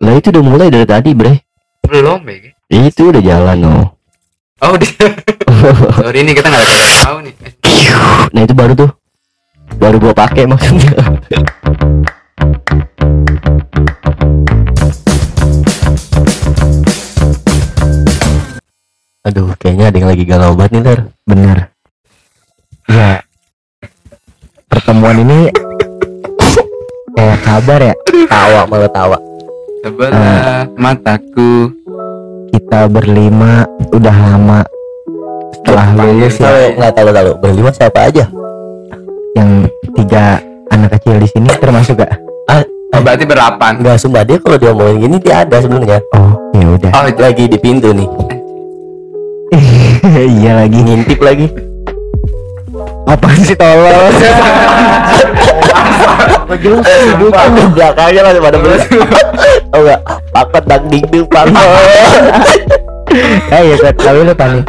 Lah itu udah mulai dari tadi, Bre. Belum, Beg. Itu udah jalan, oh. Oh, sorry ini kita nggak ada tahu nih. Nah itu baru tuh. Baru gua pakai maksudnya. Aduh, kayaknya ada yang lagi galau banget nih, Ter. Bener. Ya. Pertemuan ini kayak kabar ya. Tawa malah tawa. Sebelah mataku. Kita berlima udah lama setelah lulus ya. Nggak tahu. Berlima siapa aja? Yang 3 anak kecil di sini termasuk gak? Oh, berarti berapan. Enggak, sumpah dia kalau dia ngomongin gini dia ada sebenarnya. Oh, ya udah. Oh, Lagi di pintu nih. Iya lagi Ngintip lagi. Apaan sih tolol? Bukan di belakangnya masih pada bener. Oh enggak, paket dan dingding paket. Ya kan, tapi lu panik.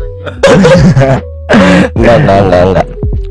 Enggak.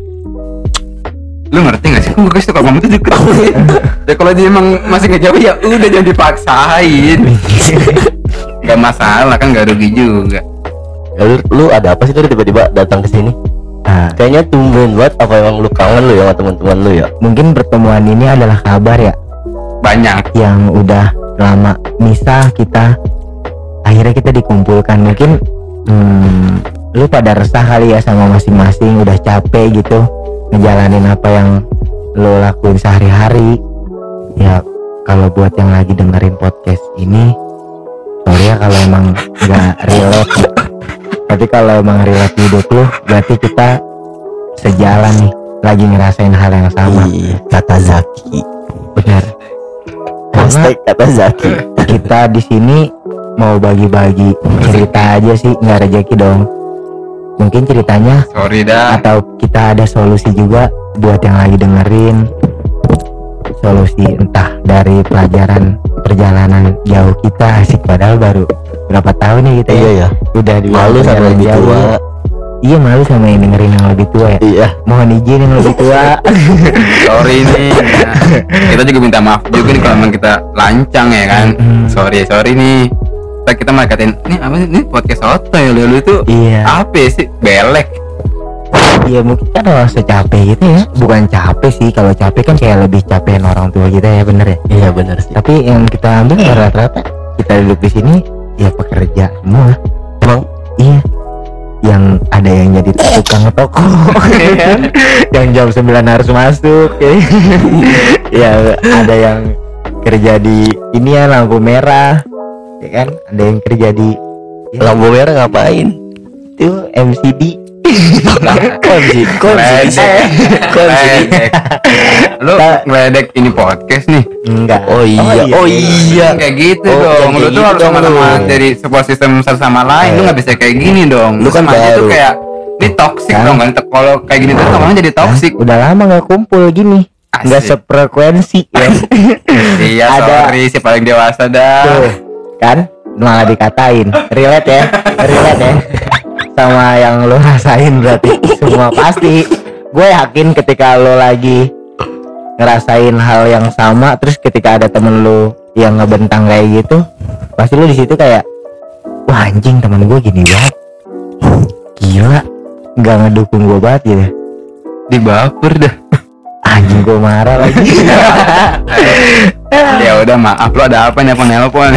Lu ngerti gak sih? Kok gue suka kamu tuh deket. Ya kalau dia emang masih ngejawab ya udah jangan dipaksain. Gak masalah kan, gak rugi juga. Ya, lu ada apa sih tadi tiba-tiba datang ke sini? Kayaknya tumben banget, apa emang lu kangen lu ya sama teman-teman lu ya? Mungkin pertemuan ini adalah kabar ya, Banyak. yang udah lama misah kita, akhirnya kita dikumpulkan. Mungkin lu pada resah kali ya sama masing-masing, udah capek gitu ngejalanin apa yang lu lakuin sehari-hari. Ya kalau buat yang lagi dengerin podcast ini, sorry ya kalau emang nggak relate. Tapi kalau emang relate hidup lu, berarti kita sejalan nih, lagi ngerasain hal yang sama. Kata Zaki. Benar. Karena Kata Zaki. kita di sini mau bagi-bagi cerita aja sih, nggak rezeki dong. Mungkin ceritanya Sorry dah. atau kita ada solusi juga buat yang lagi dengerin. Solusi entah dari pelajaran perjalanan jauh kita, asik, padahal baru berapa tahun nih kita Iya ya. udah di Malu sama perjalanan lebih jauh. tua. Iya, malu sama yang dengerin yang lebih tua ya. Iya. Mohon izin yang lebih tua. Sorry nih. Nah, kita juga minta maaf juga nih kalau emang kita lancang ya kan. Sorry nih. Kita malah katain, ini apa sih? Ini podcast sotoy lu itu. Iya. Apa sih? Belek. Iya, mungkin kan orang secapek gitu ya. Bukan capek sih, kalau capek kan kayak lebih capekin orang tua kita ya, bener ya. Iya benar sih. Tapi yang kita ambil rata-rata kita duduk di sini ya pekerja semua. Emang Iya. Yang ada yang jadi tukang toko, yang jam 9 harus masuk, ya ada yang kerja di ini ya lampu merah, ya kan? Ada yang kerja di lampu merah ngapain? itu MCD. Kok Lu ngeledek ini podcast nih. Enggak. Oh iya. Kayak gitu Oh, dong. Lu kayak tuh gitu harus dong sama-sama lu. dari sebuah sistem satu sama lain. Lu nggak bisa kayak gini dong. Lu kan sama aja tuh baru. kayak ini toxic Hah? dong kan. Kalau kayak gini tuh ngomongnya jadi toxic. Udah lama nggak kumpul gini, nggak Asik. sefrekuensi ya. Iya, Ada. sorry si paling dewasa dah. Tuh, kan malah dikatain relate ya sama yang lo rasain. Berarti semua pasti, gue yakin ketika lo lagi ngerasain hal yang sama, terus ketika ada temen lo yang ngebentang kayak gitu, pasti lo di situ kayak, wah anjing, temen gue gini banget, gila, nggak ngedukung gue banget gitu. Di baper dah. Anjing, gue marah lagi. Ya udah, maaf, lu ada apa nih, nelpon.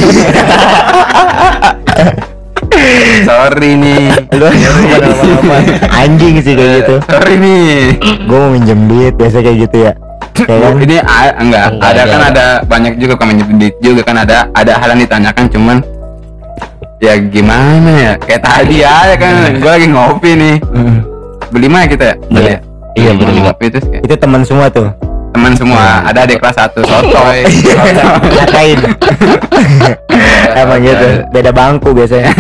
Sorry nih. Lu anjing sih kayak gitu. Sorry nih. Gue mau minjem duit biasa kayak gitu ya. Kayak kan? Ini enggak ada kan, ada banyak juga komen juga kan, ada hal yang ditanyakan, cuman ya gimana ya, kayak tadi aja kan gue lagi ngopi nih. Beli mana kita ya? Beli ya? Iya, beli ngopi terus kayak Itu teman semua tuh. teman semua, ada adik kelas 1 sotoy. Ngatain. Emang gitu, beda bangku biasanya.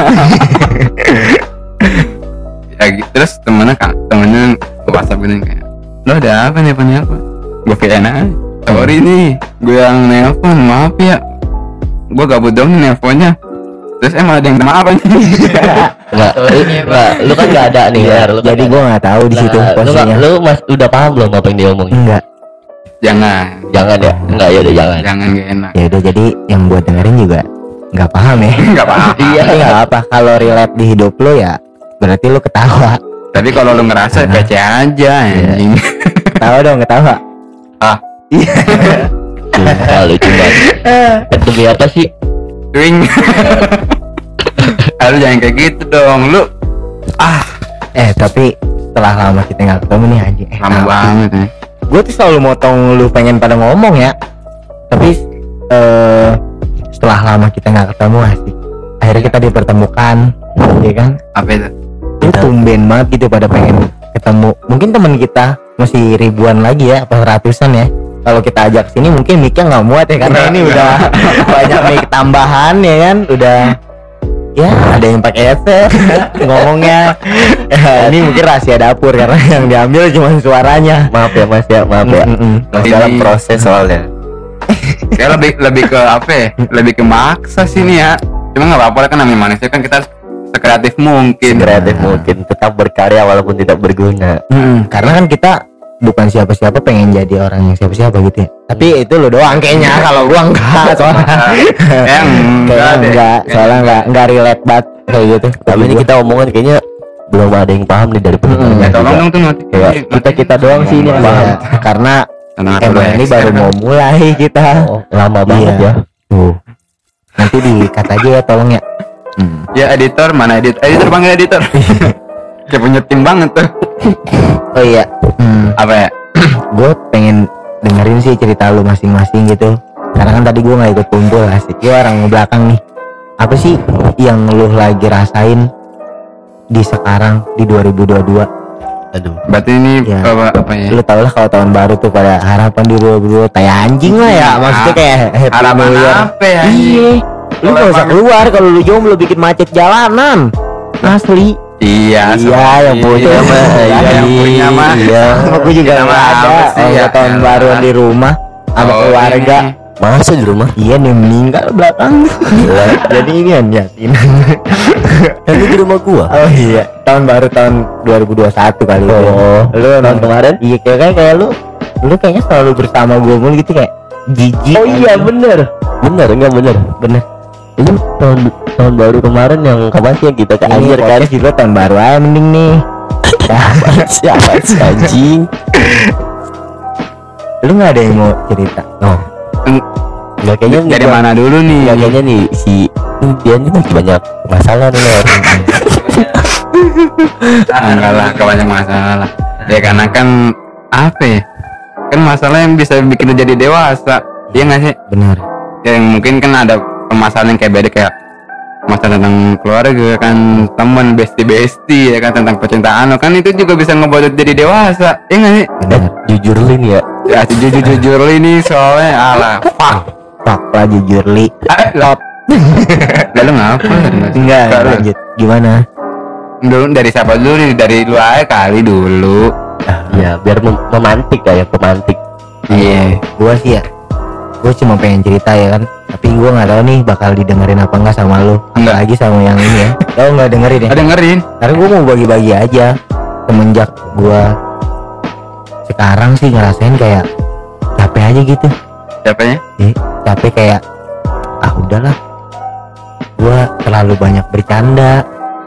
Ya, terus temennya WhatsApp gitu kayak, lo ada apa nih, apa? Gue VN aja. Sorry nih, gue yang nelpon, maaf ya, gue gabut dong nih nelponnya. Terus emang ada yang sama apa nih? Enggak, lu kan enggak ada nih, Ler. Lu kan Jadi nggak gue nggak tahu di situ Nah, posisinya. lu udah paham belum apa yang dia omongin? Enggak. Jangan ya, enggak ya udah jangan. Jangan, gak enak. Ya udah, jadi yang buat dengerin juga nggak paham ya. Nggak paham. Iya, nggak apa. Kalau relate di hidup lo ya berarti lo ketawa. Tapi kalau lu ngerasa PC aja anjing. Tahu dong, ketawa. Lucu banget. Demi apa sih? Swing. Lu jangan kayak gitu dong. Lu Tapi setelah lama kita nggak ketemu nih anjing. lama banget ya. Gue tuh selalu motong lu pengen pada ngomong ya. Tapi setelah lama kita nggak ketemu asik. Akhirnya kita dipertemukan, ya kan? Apa itu? Lu tumben banget gitu pada pengen ketemu. Mungkin teman kita masih ribuan lagi ya, apa ratusan ya. Kalau kita ajak sini mungkin mic-nya nggak muat ya, karena ini udah banyak mic tambahan ya kan. Udah ya ada yang pakai headset ngomongnya. Ini mungkin rahasia dapur karena yang diambil cuma suaranya. Maaf ya Mas ya, maaf ya. Masih dalam proses soalnya. Ya lebih ke apa ya? Lebih ke maksa sih nih ya. Cuma nggak apa-apa lah, kan namanya manusia kan, kita harus sekreatif mungkin. Kreatif mungkin, tetap berkarya walaupun tidak berguna. Karena kan kita bukan siapa-siapa pengen jadi orang yang siapa-siapa gitu ya. Tapi itu lo doang kayaknya, kalau gua enggak soalnya. Enggak, soalnya enggak relate banget kayak gitu. Tapi ini kita omongan kayaknya belum ada yang paham nih dari pendengarnya. Ya tolong juga. dong tuh nanti. Kayak kita doang sih ini yang paham. Karena Tenang, emang ini baru mau mulai kita. Oh, lama banget Iya. ya. Tuh. Nanti di-cut aja ya tolong ya. Ya editor, mana editor panggil editor. Kayak punya tim banget tuh. Oh iya. Apa ya? Gue pengen dengerin sih cerita lu masing-masing gitu. Karena kan tadi gue nggak ikut kumpul, asik. Gue orang belakang nih. Apa sih yang lu lagi rasain di sekarang di 2022? Aduh. Berarti ini Ya. apa ya? Lu tau lah kalau tahun baru tuh pada harapan di 2022 tai anjing lah ya. Maksudnya kayak happy Harapan new year. apa ya? Iya. Lu gak usah keluar kalau lu jomblo bikin macet jalanan. Asli. Iya, Iya, yang punya mah. yang punya mah. Iya. Aku juga Kita nggak mah ada. apa sih, ya Tahun elah. baruan di rumah sama Oh, keluarga. ini. Masa di rumah? Iya nih meninggal belakang. Jadi ini kan yasinan. Kan lu di rumah gua. Oh iya, tahun baru tahun 2021 kali itu. Oh, Lu tahun kemarin? Iya kayak lu kayaknya selalu bersama gue mulu gitu kayak jijik. Oh iya bener. Bener. bener. Ini tahun baru kemarin yang kapan sih yang kita ke Ini anjir kan? podcast juga tahun baru aja mending nih. Siapa sih anjing? Lu nggak ada yang mau cerita? Oh. Nggak kayaknya Dari mana dulu nih? Nggak kayaknya nih si dia ini lagi banyak masalah nih Lor. Enggak lah, kebanyak masalah. Ya karena kan apa ya? Kan masalah yang bisa bikin lu jadi dewasa. Iya nggak sih? Benar. Ya yang mungkin kan ada permasalahan yang kayak beda, kayak masalah tentang keluarga kan, teman, bestie ya kan, tentang percintaan lo kan, itu juga bisa ngebuat lu jadi dewasa. Iya nggak sih? Jujur Lin ya. Ya jujur ini soalnya alah fuck. Pak lah jujur li. Lalu ngapa? Enggak, lanjut. Gimana? Dulu dari siapa dulu nih? Dari lu aja kali dulu. Ya biar memantik kayak pemantik. Iya. Gua sih ya, gue cuma pengen cerita ya kan, tapi gue nggak tahu nih bakal didengerin apa enggak sama lu, Enggak. apalagi sama yang ini ya. Lo nggak dengerin ya? Ada dengerin? Karena gue mau bagi-bagi aja. Semenjak gue sekarang sih ngerasain kayak capek aja gitu. Siapanya? Capek kayak udahlah, gue terlalu banyak bercanda.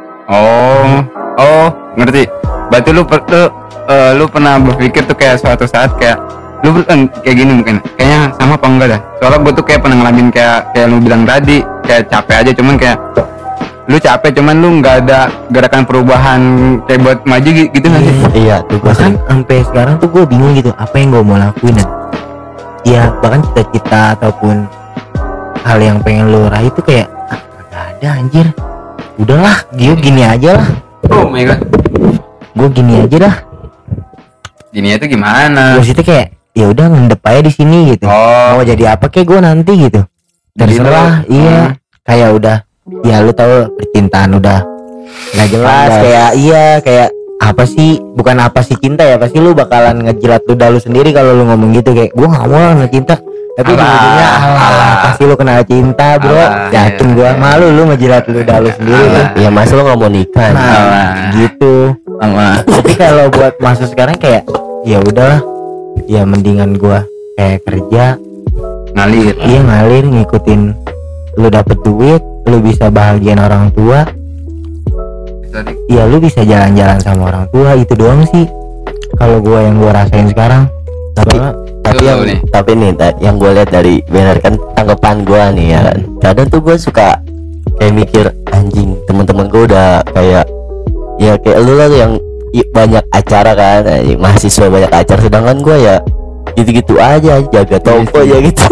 Oh, ngerti. Berarti lu pernah berpikir tuh kayak suatu saat kayak lu kayak gini mungkin. Kayaknya sama apa enggak dah? Soalnya gue tuh kayak pernah ngalamin kayak lu bilang tadi, kayak capek aja, cuman kayak lu capek cuman lu nggak ada gerakan perubahan kayak buat maju gitu nggak sih? Iya tuh gua Bahkan sampai sekarang tuh gue bingung gitu apa yang gue mau lakuin. Dan ya bahkan cita-cita ataupun hal yang pengen lo raih itu kayak nggak ada anjir. Udahlah, gini aja lah. Oh my god. Gue gini aja dah. Gini itu gimana? Maksudnya kayak ya udah ngendep aja di sini gitu. Oh, Mau jadi apa kayak gue nanti gitu. Terserah. Jadi lu- Iya. Kayak udah. Ya lu tahu percintaan udah nggak jelas. Kandas. Kayak iya kayak apa sih? Bukan apa sih cinta ya? Pasti lu bakalan ngejilat ludah lu sendiri kalau lu ngomong gitu kayak gue nggak mau lah kena cinta. Tapi Alah, ujungnya alah. pasti lu kena cinta bro. Alah, Yakin iya. gue malu lu ngejilat ludah lu sendiri. Alah. Lu. ya masa lo nggak mau nikah? Nah, Alah. gitu. apa? Tapi kalau buat masa sekarang kayak ya udahlah, ya mendingan gua kayak kerja ngalir. iya ngalir ngikutin lu dapet duit, lu bisa bahagiain orang tua, iya lu bisa jalan-jalan sama orang tua, itu doang sih kalau gua yang gua rasain sekarang. Tapi yang gue lihat dari benar kan tanggapan gue nih ya kan, kadang tuh gue suka kayak mikir anjing, teman-teman gue udah kayak ya kayak lu lah yang banyak acara kan, mahasiswa banyak acara, sedangkan gue ya gitu-gitu aja, jaga toko ya gitu.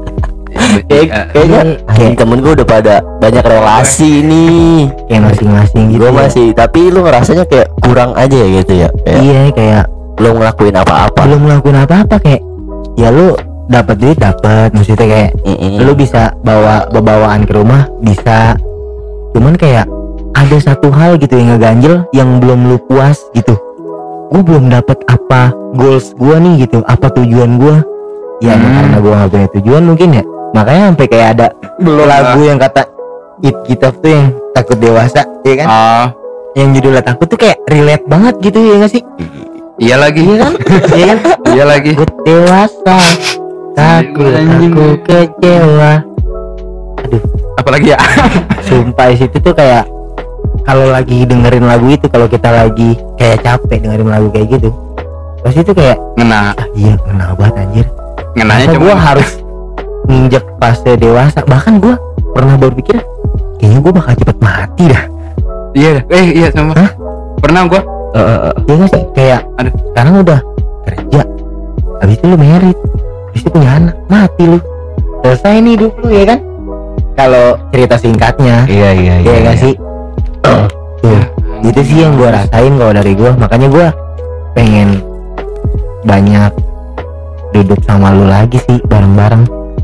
Kayaknya temen gue udah pada banyak relasi nih, kayak masing-masing gitu. Gue masih, tapi lu ngerasanya kayak kurang aja ya gitu ya. Iya kayak lu ngelakuin apa-apa. Belum ngelakuin apa-apa, kayak ya lu dapat duit dapat, maksudnya kayak lu bisa bawa bawaan ke rumah bisa, cuman kayak ada satu hal gitu yang ngeganjel, yang belum lu puas gitu. Gue belum dapat apa goals gue nih gitu, apa tujuan gue ya. Karena gue gak punya tujuan mungkin ya, makanya sampai kayak ada lagu yang kata It Kita tuh yang takut dewasa ya kan, yang judulnya takut tuh kayak relate banget gitu ya gak sih? Iya lagi. Iya kan? Iya kan? Iya lagi. Takut dewasa, takut aku kecewa. Aduh, apalagi ya? sumpah situ tuh kayak kalau lagi dengerin lagu itu, kalau kita lagi kayak capek dengerin lagu kayak gitu, pasti itu kayak ngena. Iya ngena banget anjir. Ngenanya cuma gue harus nginjek fase dewasa. Bahkan gue pernah berpikir kayaknya gue bakal cepet mati dah. Iya sama. Hah? Pernah gue. Iya gak sih, kayak sekarang udah kerja, habis itu lu merit, habis itu punya anak, mati lu, selesai nih hidup lu ya kan, kalau cerita singkatnya. Iya gak sih. Tuh itu sih yang gue rasain kalau dari gue, makanya gue pengen banyak duduk sama lu lagi sih bareng-bareng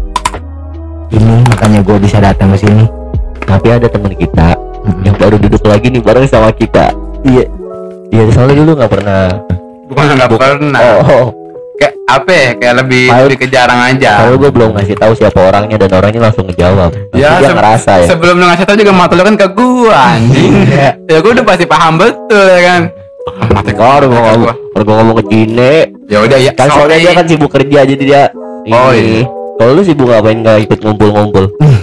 ini, makanya gue bisa datang ke sini. Tapi ada teman kita yang baru duduk lagi nih bareng sama kita. Iya, soalnya dulu nggak pernah. Bukan nggak pernah. Kayak apa ya? Kayak lebih ke jarang aja. Kalau gue belum ngasih tahu siapa orangnya, dan orangnya langsung ngejawab. Ya, dia ngerasa ya. Sebelum lu ngasih tahu juga mata lu kan ke gue anjing. Ya gue udah pasti paham betul ya kan. Mati kau udah ngomong ke Cine. Ya udah ya. Kan soalnya dia kan sibuk kerja, jadi dia. Iya. Kalau lu sibuk ngapain, nggak ikut ngumpul-ngumpul?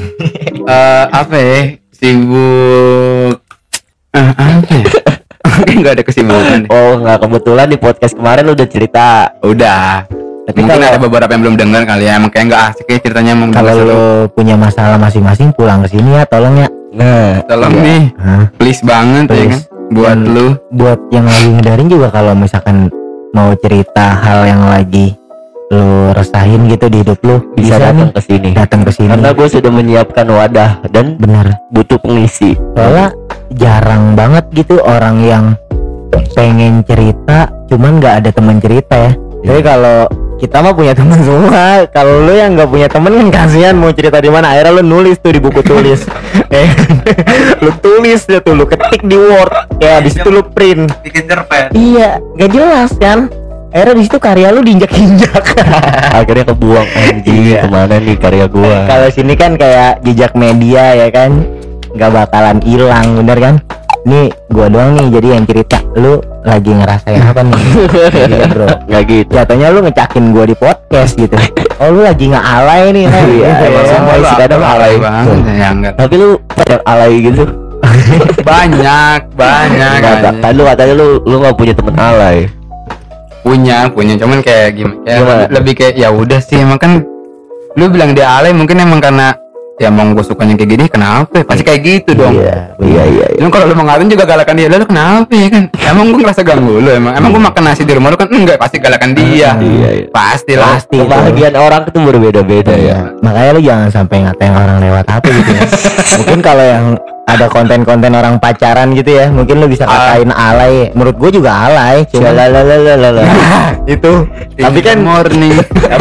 Apa ya? Sibuk. Apa ya? Nggak ada kesibukan. Oh nggak, kebetulan di podcast kemarin lu udah cerita. Udah. Tapi mungkin ada beberapa yang belum dengar kali ya, emang kayak nggak asik ya ceritanya. Kalau lu punya masalah masing-masing pulang ke sini ya, tolong ya. Nah, tolong nih, please banget ya kan. Buat lu, buat yang lagi ngedarin juga, kalau misalkan mau cerita hal yang lagi lu resahin gitu di hidup lu, bisa datang ke sini. Karena gue sudah menyiapkan wadah dan benar butuh pengisi. Soalnya jarang banget gitu orang yang pengen cerita cuman nggak ada teman cerita ya. Jadi kalau kita mah punya teman semua. Kalau lu yang nggak punya temen kan kasihan, mau cerita di mana, akhirnya lu nulis tuh di buku tulis. Lu tulis deh tuh, lu ketik di Word, kayak habis itu lu print. bikin cerpen. Iya, nggak jelas kan. Akhirnya di situ karya lu diinjak-injak. Akhirnya kebuang anjing. Kemana nih karya gua? Kalau sini kan kayak jejak media ya kan, nggak bakalan hilang, bener kan? Nih gua doang nih jadi yang cerita. Lu lagi ngerasain apa nih? Iya bro, nggak gitu. Jatuhnya lu ngecakin gua di podcast gitu. Oh lu lagi nggak alay nih kan? Iya, emang semua isi kadang alay banget ya enggak. Tapi lu banyak alay gitu. banyak. Tadi lu katanya lu nggak punya temen alay. Punya, cuman kayak gimana? Lebih kayak ya udah sih, emang kan lu bilang dia alay, mungkin emang karena ya emang gue sukanya kayak gini, kenapa? Pasti kayak gitu dong. Iya. Cuman kalau lu mau ngatain juga galakan dia, lu kenapa ya kan? Emang gue ngerasa ganggu lu, emang gue makan nasi di rumah lu kan enggak, pasti galakan dia. Iya. Pasti. Kebahagiaan orang itu berbeda-beda ya. Makanya lu jangan sampai ngatain orang lewat HP gitu ya. Mungkin kalau yang ada konten-konten orang pacaran gitu ya, mungkin lu bisa katain alay. Menurut gue juga alay, cuma itu. Tapi kan morning.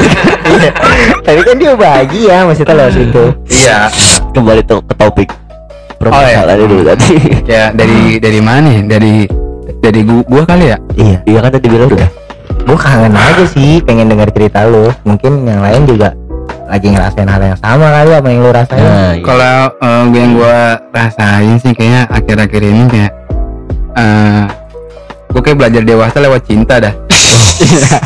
Tapi kan dia bahagia maksudnya lewat situ. Iya. Kembali ke topik permasalahan dulu tadi. Ya dari mana? Dari gua kali ya. Iya kan tadi bilang udah. Gua kangen aja sih, pengen dengar cerita lu. Mungkin yang lain juga lagi ngerasain hal yang sama kali apa yang lu rasain. Iya. Kalau yang gua rasain sih kayaknya akhir-akhir ini kayak gua kayak belajar dewasa lewat cinta dah.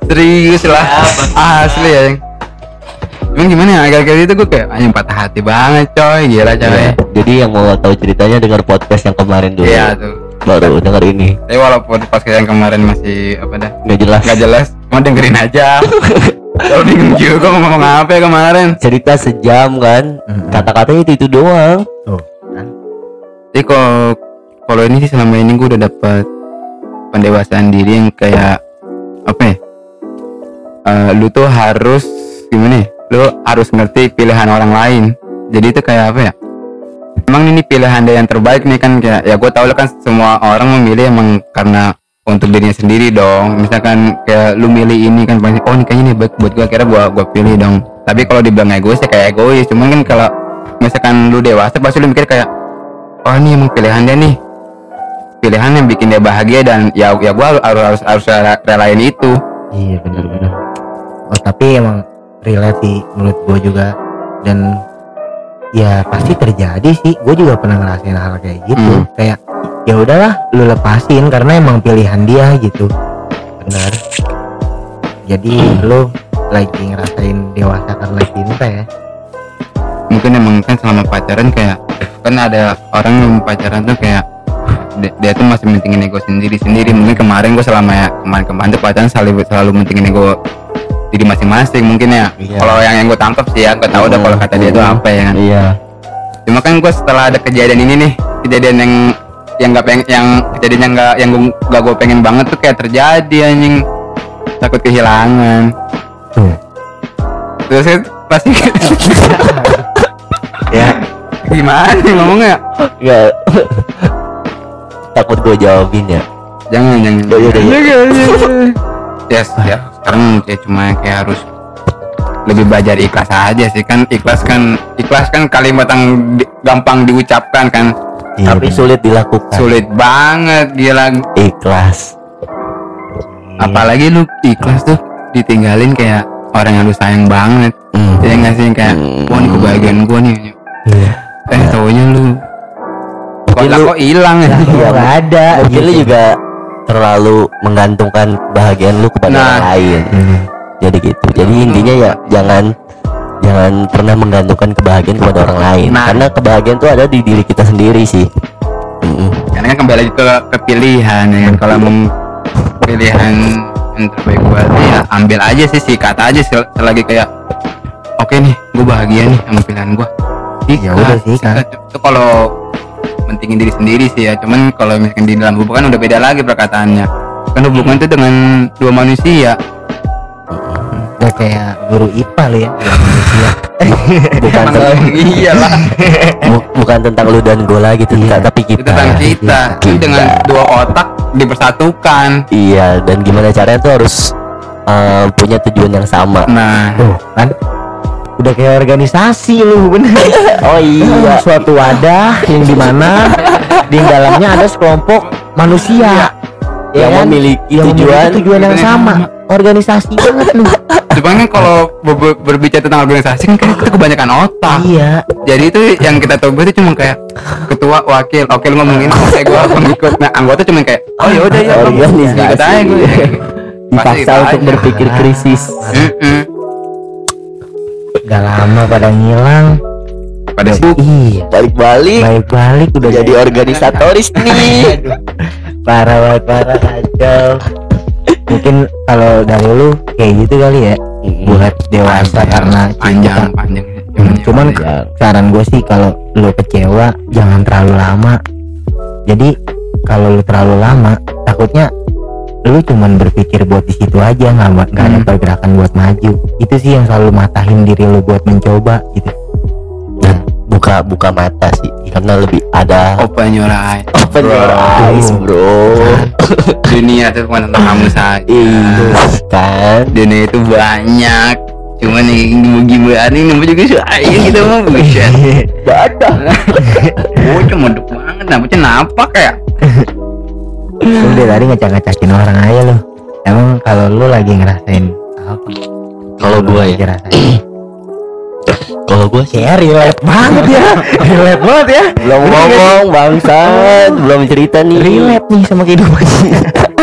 Serius lah, asli ya. Cuman gimana ya, akhir-akhir itu gue kayak anjing patah hati banget coy, gila coy. Jadi yang mau tahu ceritanya dengar podcast yang kemarin dulu. Iya tuh. Baru denger ini. Tapi walaupun pas yang kemarin masih apa dah? Nggak jelas. Mau dengerin aja. Kalau bingung juga ngomong apa ya kemarin. Cerita sejam kan. Kata-katanya itu doang. Tuh kan. Jadi kalau ini sih selama ini gue udah dapet pendewasaan diri yang kayak apa ya? Lu tuh harus gimana ya? Lu harus ngerti pilihan orang lain. Jadi itu kayak apa ya? Emang ini pilihan dia yang terbaik nih kan, kayak ya gue tau lah kan semua orang memilih emang karena untuk dirinya sendiri dong. Misalkan kayak lu milih ini kan pasti oh ini kayaknya nih baik buat gue, kira gue pilih dong. Tapi kalau dibilang egois ya kayak egois. Cuman kan kalau misalkan lu dewasa pasti lu mikir kayak oh ini emang pilihan dia nih, pilihan yang bikin dia bahagia dan ya gue harus relain itu. Iya benar-benar. Oh tapi emang relate sih menurut gue juga, dan ya pasti terjadi sih. Gue juga pernah ngerasain hal kayak gitu. Kayak ya udahlah lu lepasin karena emang pilihan dia gitu. Benar. Jadi lu lagi ngerasain dewasa karena cinta ya. Mungkin emang kan selama pacaran kayak kan ada orang yang pacaran tuh kayak dia tuh masih mentingin ego sendiri. Mungkin kemarin gue selama kemarin tuh pacaran selalu mentingin ego diri masing-masing mungkin ya. Iya. Kalau yang gue tangkap sih ya, gue tahu udah kalau kata dia tuh apa ya kan. Iya. Cuma kan gue setelah ada kejadian ini nih, kejadian yang nggak pengen, yang kejadian yang gak gue pengen banget tuh kayak terjadi anjing, takut kehilangan. Terus kan pasti Ya gimana nih ngomongnya? Enggak. Takut gue jawabin ya. Jangan. Oh, iya. Yes, ya. Sekarang ya cuma kayak harus lebih belajar ikhlas aja sih kan. Ikhlas kan kalimat yang gampang diucapkan kan. iya, Tapi benar. sulit dilakukan. Sulit banget gila. Ikhlas. Apalagi lu ikhlas tuh ditinggalin kayak orang yang lu sayang banget. Jadi nggak sih kayak wah ini kebahagiaan gua nih. Iya. Taunya lu Mungkin lu- kok hilang ya. Iya nggak ada. Mungkin lu juga terlalu menggantungkan kebahagiaan lu kepada Nah. orang lain. Jadi gitu. Jadi intinya ya jangan pernah menggantungkan kebahagiaan kepada orang lain. Nah. Karena kebahagiaan itu ada di diri kita sendiri sih. Karena kan kembali lagi ke pilihan ya kan. Kalau emang pilihan yang terbaik buat ya ambil aja sih, sikat aja selagi kayak oke nih gue bahagia nih sama pilihan gue. Ya udah sikat. Itu kalau mentingin diri sendiri sih ya. Cuman kalau misalkan di dalam hubungan udah beda lagi perkataannya. Kan hubungan itu dengan dua manusia. Udah kayak guru IPA lu ya. Bukan Iyalah. bukan tentang lu dan gue lagi tuh, Iya. tapi Itu kita. tentang kita. Kita. Dengan dua otak dipersatukan. Iya, dan gimana caranya tuh harus punya tujuan yang sama. Nah, Tuh kan udah kayak organisasi lu bener. Oh iya. Suatu wadah yang dimana di dalamnya ada sekelompok manusia Yang kan? memiliki Yang tujuan. memiliki tujuan yang sama. Organisasi banget lu. cuman kan kalau berbicara tentang organisasi kan itu kebanyakan otak. Iya. Jadi itu yang kita tahu itu cuma kayak ketua, wakil, oke lu ngomongin, oke gua pengikut. Nah anggota cuma kayak oh ya udah ya Organisasi. ikut aja gue. Dipaksa untuk berpikir krisis. Gak lama pada ngilang. Pada sibuk. Iya. Balik-balik Balik udah jadi organisatoris nih. parah kacau. Mungkin kalau dari lu kayak gitu kali ya, buat dewasa karena cinta. panjang. Cuman saran gue sih kalau lu kecewa jangan terlalu lama. Jadi kalau lu terlalu lama takutnya lu cuman berpikir buat di situ aja, nggak ada pergerakan buat maju. Itu sih yang selalu matahin diri lu buat mencoba gitu. Dan buka mata sih, karena lebih ada open your eyes. open your eyes, bro. Dunia itu bukan tentang kamu saja. Iya kan. Dunia itu banyak. Cuman yang gimana ini namanya juga sayang gitu mah buset. Dadah. Oh cuma meduk banget, namanya napak ya. Udah tadi ngecak-ngecakin orang aja lu. Emang kalau lu lagi ngerasain apa? Kalau Lu gua lagi ya, ngerasain. kalau gua sih Ya relate banget ya. Relate banget ya. belum ngomong bangsat, belum cerita nih. Relate nih sama kehidupan.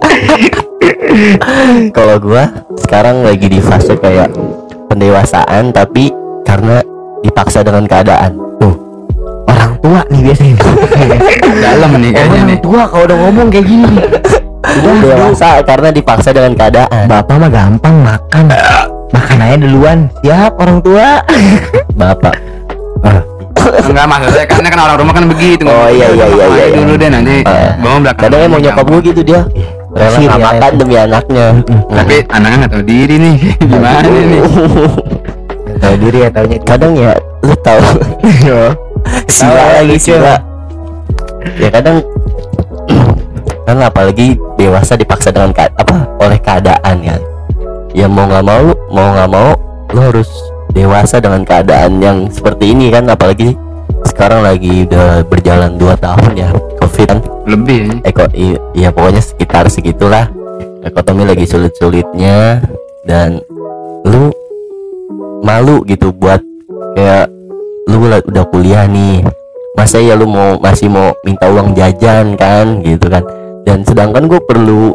Kalau gua sekarang lagi di fase kayak pendewasaan, tapi karena dipaksa dengan keadaan. Tuh, orang tua nih biasanya. Dalam nih kayaknya Orang nih. tua kalau udah ngomong kayak gini. Udah dewasa karena dipaksa dengan keadaan. Bapak mah gampang makan. Makan aja duluan. Siap orang tua. Bapak. Enggak maksudnya karena kan orang rumah kan begitu. Oh, iya, iya, iya, iya. Dulu deh nanti bangun belakang. Kadang emang nyokap gua gitu dia. Rela Kasian nggak ya, makan demi anaknya. Tapi anaknya nggak tahu diri nih. Gimana nih? Tahu diri ya taunya. Kadang ya lu tahu. Sila lagi sila. Ya kadang kan apalagi dewasa dipaksa dengan oleh keadaan kan. Ya mau nggak mau lu harus dewasa dengan keadaan yang seperti ini kan, apalagi sekarang lagi udah berjalan 2 tahun ya COVID kan. Lebih ya. Iya pokoknya sekitar segitulah, ekonomi lagi sulit-sulitnya dan lu malu gitu buat kayak lu udah kuliah nih, masa ya lu masih mau minta uang jajan kan gitu kan, dan sedangkan gue perlu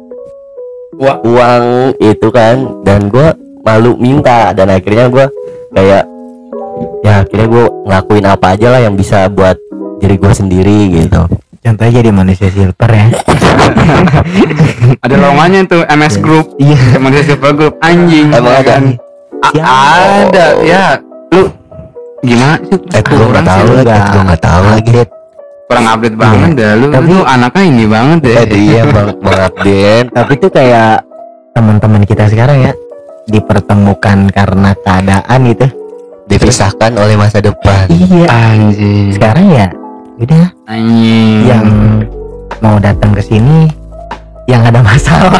uang itu kan, dan gue malu minta, dan akhirnya gue kayak ya akhirnya gue ngelakuin apa aja lah yang bisa buat diri gue sendiri gitu. Contohnya jadi manusia silver ya. Ada lowongannya tuh MS Group. Iya. Manusia Silver Group anjing. Emang ada? Kan? Ya. Ada ya. Lu gimana sih? Gue nggak tahu lagi. Gue nggak tahu lagi. Kurang update banget dah lu. Tapi- Lu anaknya ini banget deh. Iya bang update. Tapi tuh kayak teman-teman kita sekarang ya dipertemukan karena keadaan gitu. Dipisahkan oleh masa depan. Iya. Anjing. Sekarang ya udah Anjing. yang mau datang ke sini yang ada masalah.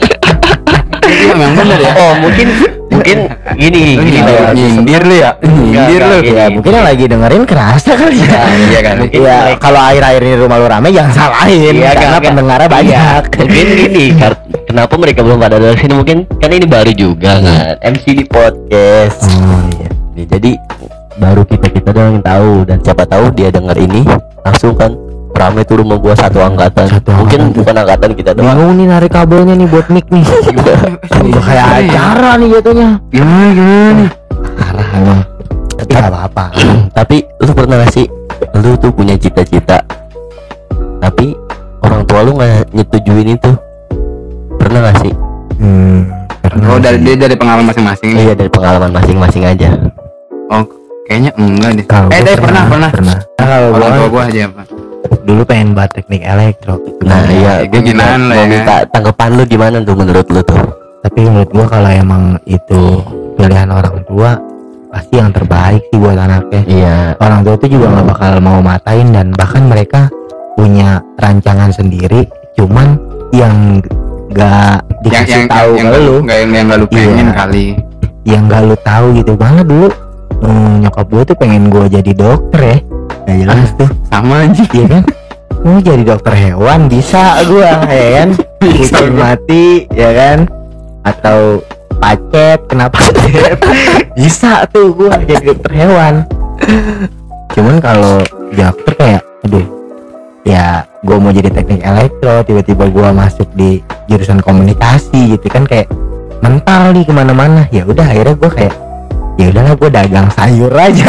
Iya memang bener ya. Oh mungkin gini Bang. Nyindir lu ya. Nyindir lu. Ya mungkin yang lagi dengerin kerasa kali ya. Iya kan. Iya, kalau akhir-akhir ini rumah lu rame jangan salahin Iya, karena enggak. pendengarnya banyak. Mungkin gini kenapa mereka belum pada dari sini, mungkin kan ini baru juga kan MC di podcast. Oh iya. Ya, jadi baru kita doang yang tahu, dan siapa tahu dia denger ini langsung kan rame tuh rumah gua satu angkatan. Satu Mungkin angkatan. bukan angkatan kita doang. Bingung nih narik kabelnya nih buat mic nih. Udah kayak acara nih jatuhnya. Gimana nih? Parah emang. Tapi nggak apa-apa. Tapi lu pernah gak sih lu tuh punya cita-cita tapi orang tua lu nggak nyetujuin itu? Pernah gak sih? Karena Oh dari pengalaman masing-masing. Iya, dari pengalaman masing-masing aja. Oh kayaknya enggak deh. Kalau gua Tapi pernah. Nah, kalau gua Orang tua kan gua aja apa? dulu pengen buat teknik elektro. Nah iya, gue juga keinginan lah mau ya. minta tanggapan lu gimana tuh menurut lu tuh? Tapi menurut gua kalau emang itu pilihan orang tua pasti yang terbaik sih buat anaknya. Iya. Orang tua tuh juga nggak bakal mau matain, dan bahkan mereka punya rancangan sendiri, cuman yang nggak dikasih tahu ke lu, yang lu pengen Iya. kali. yang nggak lu tahu gitu banget dulu. Nyokap gue tuh pengen gue jadi dokter ya, nggak jelas tuh, Sama aja. iya kan? Mau jadi dokter hewan bisa gue, ya kan? Kucing mati, ya kan? Atau pacet, kenapa pacet? Bisa tuh gue jadi dokter hewan. Cuman kalau dokter kayak, aduh, ya gue mau jadi teknik elektro, tiba-tiba gue masuk di jurusan komunikasi gitu kan, kayak mental nih kemana-mana. Ya udah akhirnya gue kayak, ya udahlah gue dagang sayur aja.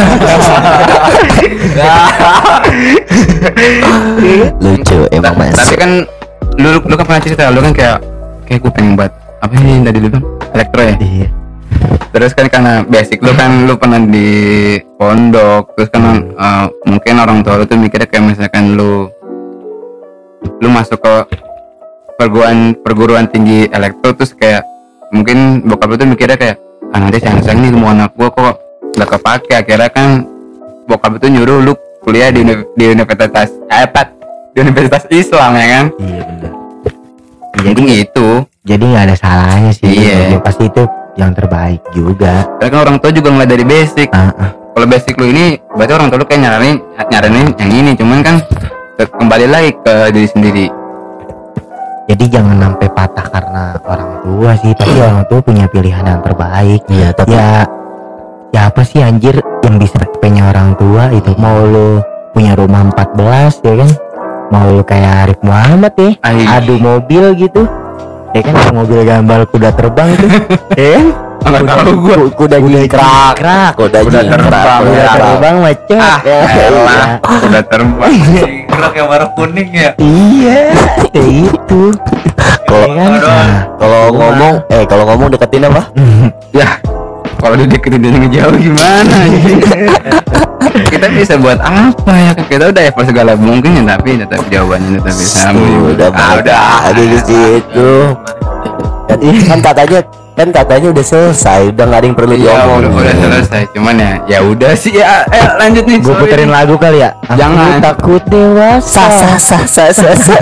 Lucu emang mas. Tapi kan lu kan pernah cerita, lu kan kayak gue pengen buat apa sih yang tadi lu bilang elektro ya. Iya. Terus kan karena basic lu kan lu pernah di pondok, terus kan mungkin orang tua lu tuh mikirnya kayak misalkan lu masuk ke perguruan tinggi elektro, terus kayak mungkin bokap lu tuh mikirnya kayak nanti sayang nih mau anak gua kok gak kepake. Akhirnya kan bokap lu tuh nyuruh lu kuliah di universitas di universitas Islam ya kan. Iya benar. Jadi gitu. Jadi nggak ada salahnya sih. Iya. Ya, pasti itu yang terbaik juga. Karena kan orang tua juga ngeliat dari basic. Ah. Kalau basic lu ini berarti orang tua lu kayak nyaranin yang ini, cuman kan kembali lagi ke diri sendiri. Jadi jangan sampai patah karena orang tua sih, tapi orang tua punya pilihan yang terbaik. Iya tapi Ya siapa sih anjir yang bisa punya orang tua itu? Mau lu punya rumah 14 ya kan, mau lu kayak Arif Muhammad nih, Ai. adu mobil gitu. Ya kan mobil gambar kuda terbang itu. Ya kan? Nggak tahu gua. Kuda jingkrak, kuda jingkrak, Kuda terbang macet. Elah, udah terbang. Gerak yang warna kuning ya. Iya, kayak itu. Kalau Ya kan? Nah, kalau ngomong deketin apa? Ya, kalau dideketin dia ngejauh gimana? Kita bisa buat apa ya? Kita udah effort segala mungkin ya, tapi tetap jawabannya tetap bisa. Udah ada di situ. Dan katanya udah selesai, udah nggak ada yang perlu Iya, diomongin. udah selesai. Cuman ya udah sih ya. Lanjut nih. gue sorry puterin nih. lagu kali ya. Aku Jangan. takut dewasa. Sah.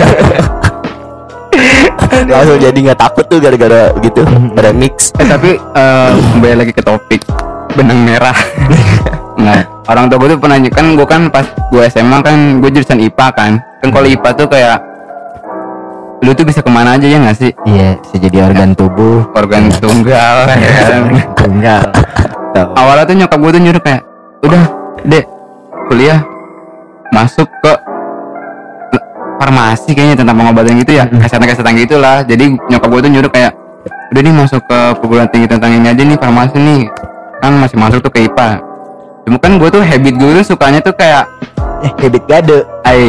Langsung jadi nggak takut tuh gara-gara gitu remix. Tapi kembali lagi ke topik benang merah. Nah, orang tua gue tuh pernah kan gue kan pas gue SMA kan gue jurusan IPA kan. Kan kalau IPA tuh kayak lu tuh bisa kemana aja ya nggak sih? Iya, bisa jadi organ tubuh. Organ tunggal ya kan? Tunggal. Awalnya tuh nyokap gue tuh nyuruh kayak udah dek kuliah masuk ke farmasi kayaknya tentang pengobatan gitu ya, kesehatan gitu lah. Jadi nyokap gue tuh nyuruh kayak udah nih masuk ke perguruan tinggi tentang ini aja nih, farmasi nih kan masih masuk tuh ke IPA. Cuma kan gue tuh habit gue tuh sukanya tuh kayak Habit gade.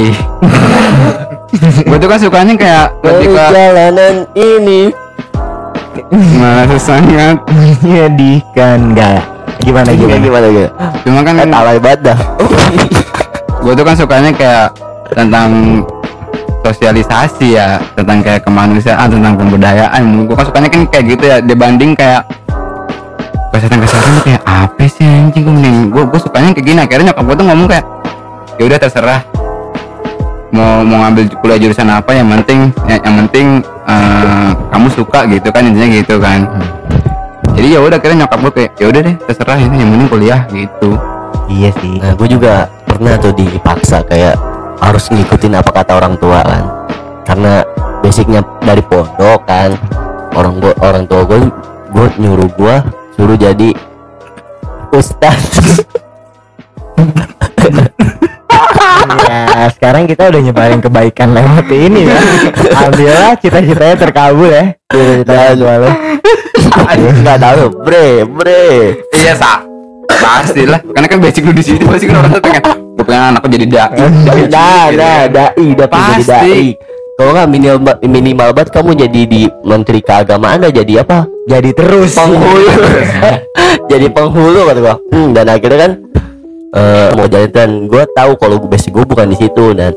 gue tuh kan sukanya kayak ketika Perjalanan ini malah sangat. Menyedihkan enggak? Gimana? gimana? Cuma kan Alay badah. gue tuh kan sukanya kayak tentang sosialisasi ya, tentang kayak kemanusiaan, tentang kebudayaan. Gue kan sukanya kan kayak gitu ya, dibanding kayak kesehatan tuh kayak apa sih anjing. Gue sukanya kayak gini. Akhirnya nyokap gue tuh ngomong kayak ya udah terserah mau ngambil kuliah jurusan apa, yang penting kamu suka gitu kan, intinya gitu kan. Jadi ya udah akhirnya nyokap gue kayak ya udah deh terserah, ini yang penting kuliah gitu. Iya sih. Nah, gue juga pernah tuh dipaksa kayak harus ngikutin apa kata orang tua kan, karena basicnya dari pondok kan. Orang tua gue nyuruh gue suruh jadi ustaz. Ya, sekarang kita udah nyebarin kebaikan lewat ini ya. Alhamdulillah cita-citanya terkabul ya. Cita-cita tua lo. Nggak tahu, bre. Iya pasti lah, karena kan basic lu di situ pasti kan orang tuh pengen gue pengen anakku jadi dai. Dai, dapat jadi Pasti. dai. Kalau nggak minimal banget kamu jadi di menteri keagamaan, jadi apa? Jadi terus. Penghulu. Jadi penghulu kata gua. Dan akhirnya kan mau jalan, dan gue tahu kalau basic gue bukan di situ, dan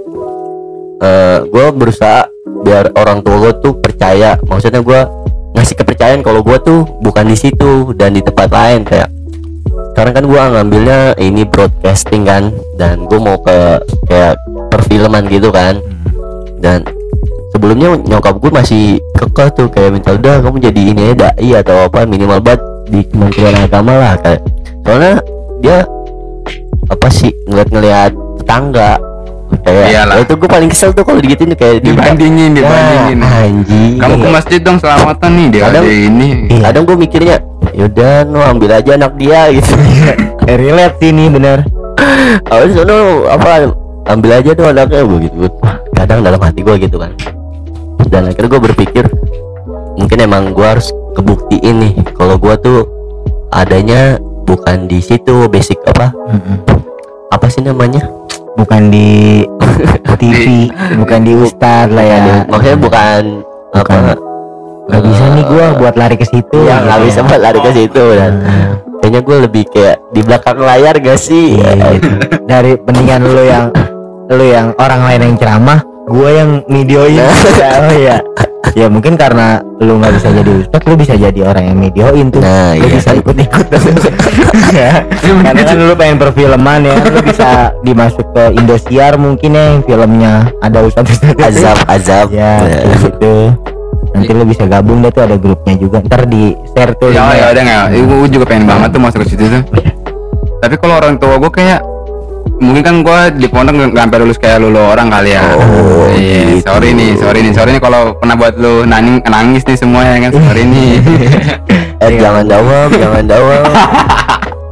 gue berusaha biar orang tua gue tuh percaya. Maksudnya gue ngasih kepercayaan kalau gue tuh bukan di situ dan di tempat lain. Kayak sekarang kan gue ngambilnya ini broadcasting kan, dan gue mau ke kayak perfilman gitu kan. Dan sebelumnya nyokap gue masih kekeh tuh kayak minta udah kamu jadi ini aja dai atau apa, minimal banget di Kementerian Agama lah. Kayak soalnya dia apa sih ngeliat tetangga kayak Iyalah. itu gue paling kesel tuh kalau digituin kayak dibandingin. anjing. Kamu ke masjid dong selamatan nih dia Kadang- ada ini. Kadang gue mikirnya yaudah no ambil aja anak dia gitu. Relate sih nih bener. Awalnya sono apa ambil aja tuh anaknya gue gitu. Kadang dalam hati gue gitu kan. Dan akhirnya gue berpikir mungkin emang gue harus kebuktiin nih kalau gue tuh adanya bukan di situ, basic apa sih namanya, Bukan di TV, bukan di Ustad lah ya. maksudnya bukan apa, Gak bisa nih gua buat lari ke situ. ya nggak gitu bisa ya. buat lari ke situ. Dan kayaknya gue lebih kayak di belakang layar gak sih. Iya, gitu. Dari mendingan lu yang orang lain yang ceramah, gua yang videoin. Oh iya. Ya mungkin karena lu nggak bisa jadi ustad, lu bisa jadi orang yang videoin tuh. Nah, Lu iya. bisa ikut-ikut. Ya. Karena kan lu pengen perfilman ya, lu bisa dimasuk ke Indosiar mungkin ya, yang filmnya ada ustad-ustad itu. azab Ya, kayak gitu. Nanti lu bisa gabung deh tuh, ada grupnya juga. Ntar di share tuh. Ya linknya. udah nggak, gue juga pengen banget tuh masuk ke situ tuh. Tapi kalau orang tua gue kayak mungkin kan gue di pondok nggak sampai lulus kayak lu orang kali ya. Oh, Iya, gitu. sorry nih kalau pernah buat lu nangis nih semua ya kan, sorry nih. Jangan dawam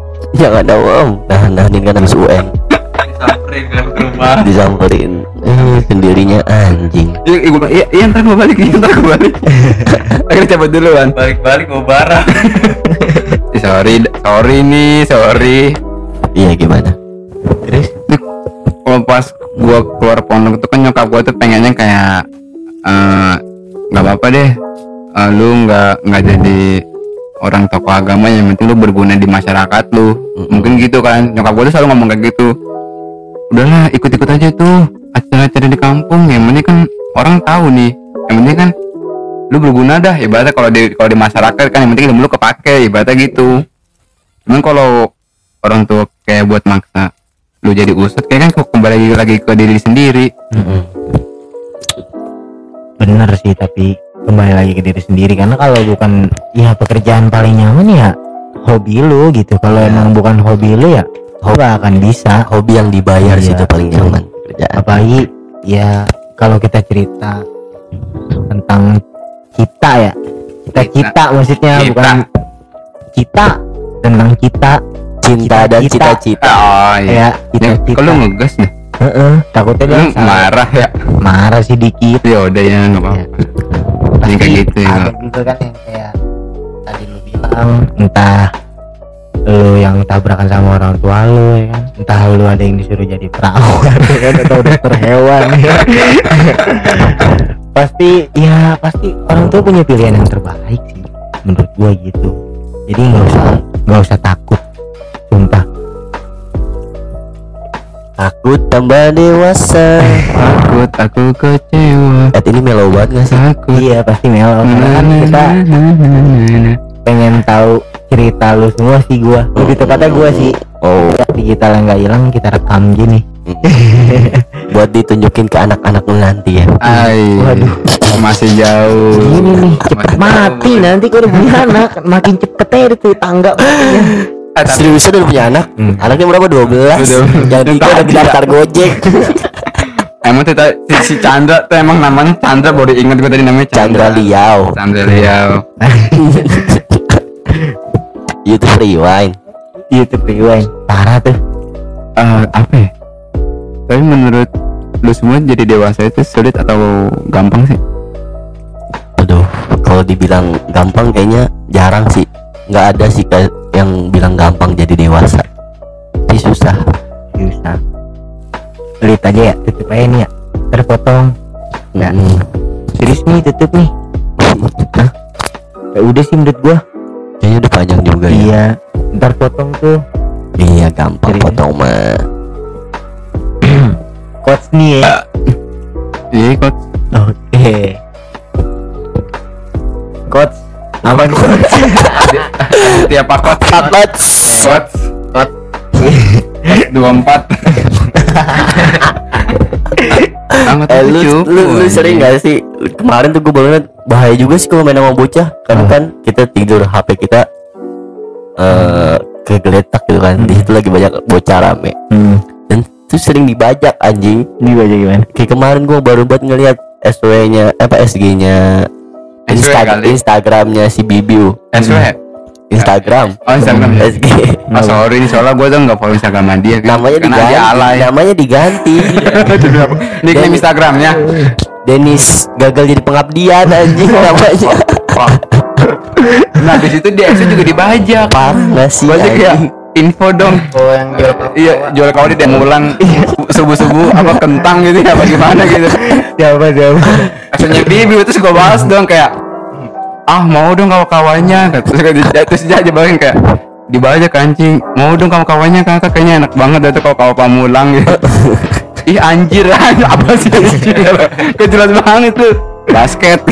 jangan dawam. Nah ini kan habis UN Samperin ke rumah. disamperin. sendirinya anjing. Iya, gue bilang, iya ntar gue balik, akhirnya cabut duluan. Balik bawa barang. sorry. Iya gimana? Terus Kalau pas gue keluar pondok itu kan nyokap gue tuh pengennya kayak nggak apa-apa deh, lu nggak jadi orang tokoh agama, yang penting lu berguna di masyarakat lu. Mungkin gitu kan, nyokap gue tuh selalu ngomong kayak gitu. Udahlah, ikut-ikut aja tuh acara-acara di kampung, yang penting kan orang tahu nih, yang penting kan lu berguna dah, ibaratnya kalau di masyarakat kan yang penting ilmu lu kepake, ibaratnya gitu. Cuman kalau orang tua kayak buat maksa lu jadi ustadz, kayak kan kembali lagi ke diri sendiri. bener sih, tapi kembali lagi ke diri sendiri, karena kalau bukan ya pekerjaan paling nyaman ya hobi lu gitu. Kalau emang bukan hobi lu ya gak akan bisa. Hobi yang dibayar sih Iya, itu paling nyaman kerjaan. Apalagi ya kalau kita cerita tentang kita maksudnya Kita. bukan kita, tentang kita Cinta dan cita-cita. Oh ya Ya, kalau lu ngegas nih, takutnya lu dia marah ya. marah sih dikit. Ya udah ya, nggak apa-apa. Yang kayak gitu ya. ada juga kan yang kayak tadi lu bilang, entah lu yang tabrakan sama orang tua lu ya kan, entah lu ada yang disuruh jadi perawat ya kan, atau dokter hewan ya. pasti orang tua punya pilihan yang terbaik sih menurut gua gitu. Jadi nggak usah takut, sumpah. Aku tambah dewasa. Takut aku kecewa. Ini mellow banget gak sih? Takut. Iya pasti melo, karena kan kita pengen tahu cerita lu semua sih. Gua lebih tepatnya gua sih, Oh, digital yang nggak hilang kita rekam gini. buat ditunjukin ke anak-anak lu nanti ya. Waduh. Masih jauh. Ini nih cepet Masih mati jauh. nanti kalau udah punya anak, makin cepet aja itu tangga matinya. Seriusan udah punya anak? Anaknya berapa? 12? Yang tiga udah daftar Gojek. Emang tuh si Chandra tuh emang namanya Chandra, baru inget gue tadi namanya Chandra Liao. Chandra Liao. YouTube Rewind. YouTube rewind parah tuh. Apa ya? Tapi menurut lu semua jadi dewasa itu sulit atau gampang sih? Aduh, kalau dibilang gampang kayaknya jarang sih. Nggak ada sih kayak yang bilang gampang jadi dewasa. Sih susah. Susah. Pelit aja ya, tutup aja nih ya, terpotong. Nggak. Serius nih, tutup nih. Hah? Ya udah sih menurut gua. Kayaknya udah panjang juga ya. Iya, ntar potong tuh. Iya gampang Serius. potong mah. Quotes nih ya. Iya kok. Oke. Quotes apa quotes? Tiap pakot. Kot 24. Lu sering gak sih kemarin tuh gue banget bahaya juga sih kalau main sama bocah, karena kan kita tidur HP kita kegeletak gitu kan. Di situ lagi banyak bocah rame dan itu sering dibajak anjing. Ini baca gimana? Kayak kemarin gue baru buat ngeliat SW-nya SG-nya Instagramnya si Bibiu. SW. Instagram. Oh, Instagram ya? SG. Sorry nih, soalnya gue tuh nggak follow Instagram dia. Namanya Karena diganti. dia alay. Namanya diganti. Nickname Instagramnya. Dennis gagal jadi pengabdian anjing namanya. Nah di situ di SW juga dibajak. Parah sih Bajak ya. anjing. Info dong. Oh yang jual Iya, jual kau di demulan subuh-subuh apa kentang gitu ya, apa gimana gitu. siapa? Asalnya Bibi, terus gue bahas dong kayak mau dong kawan-kawannya. Terus dia aja balikin kayak dibajak anjing. Mau dong kawan-kawannya, kakak kayaknya enak banget itu kalau kawan pamulang gitu. Ih anjir, apa sih anjir? Kejelas banget tuh. Basket.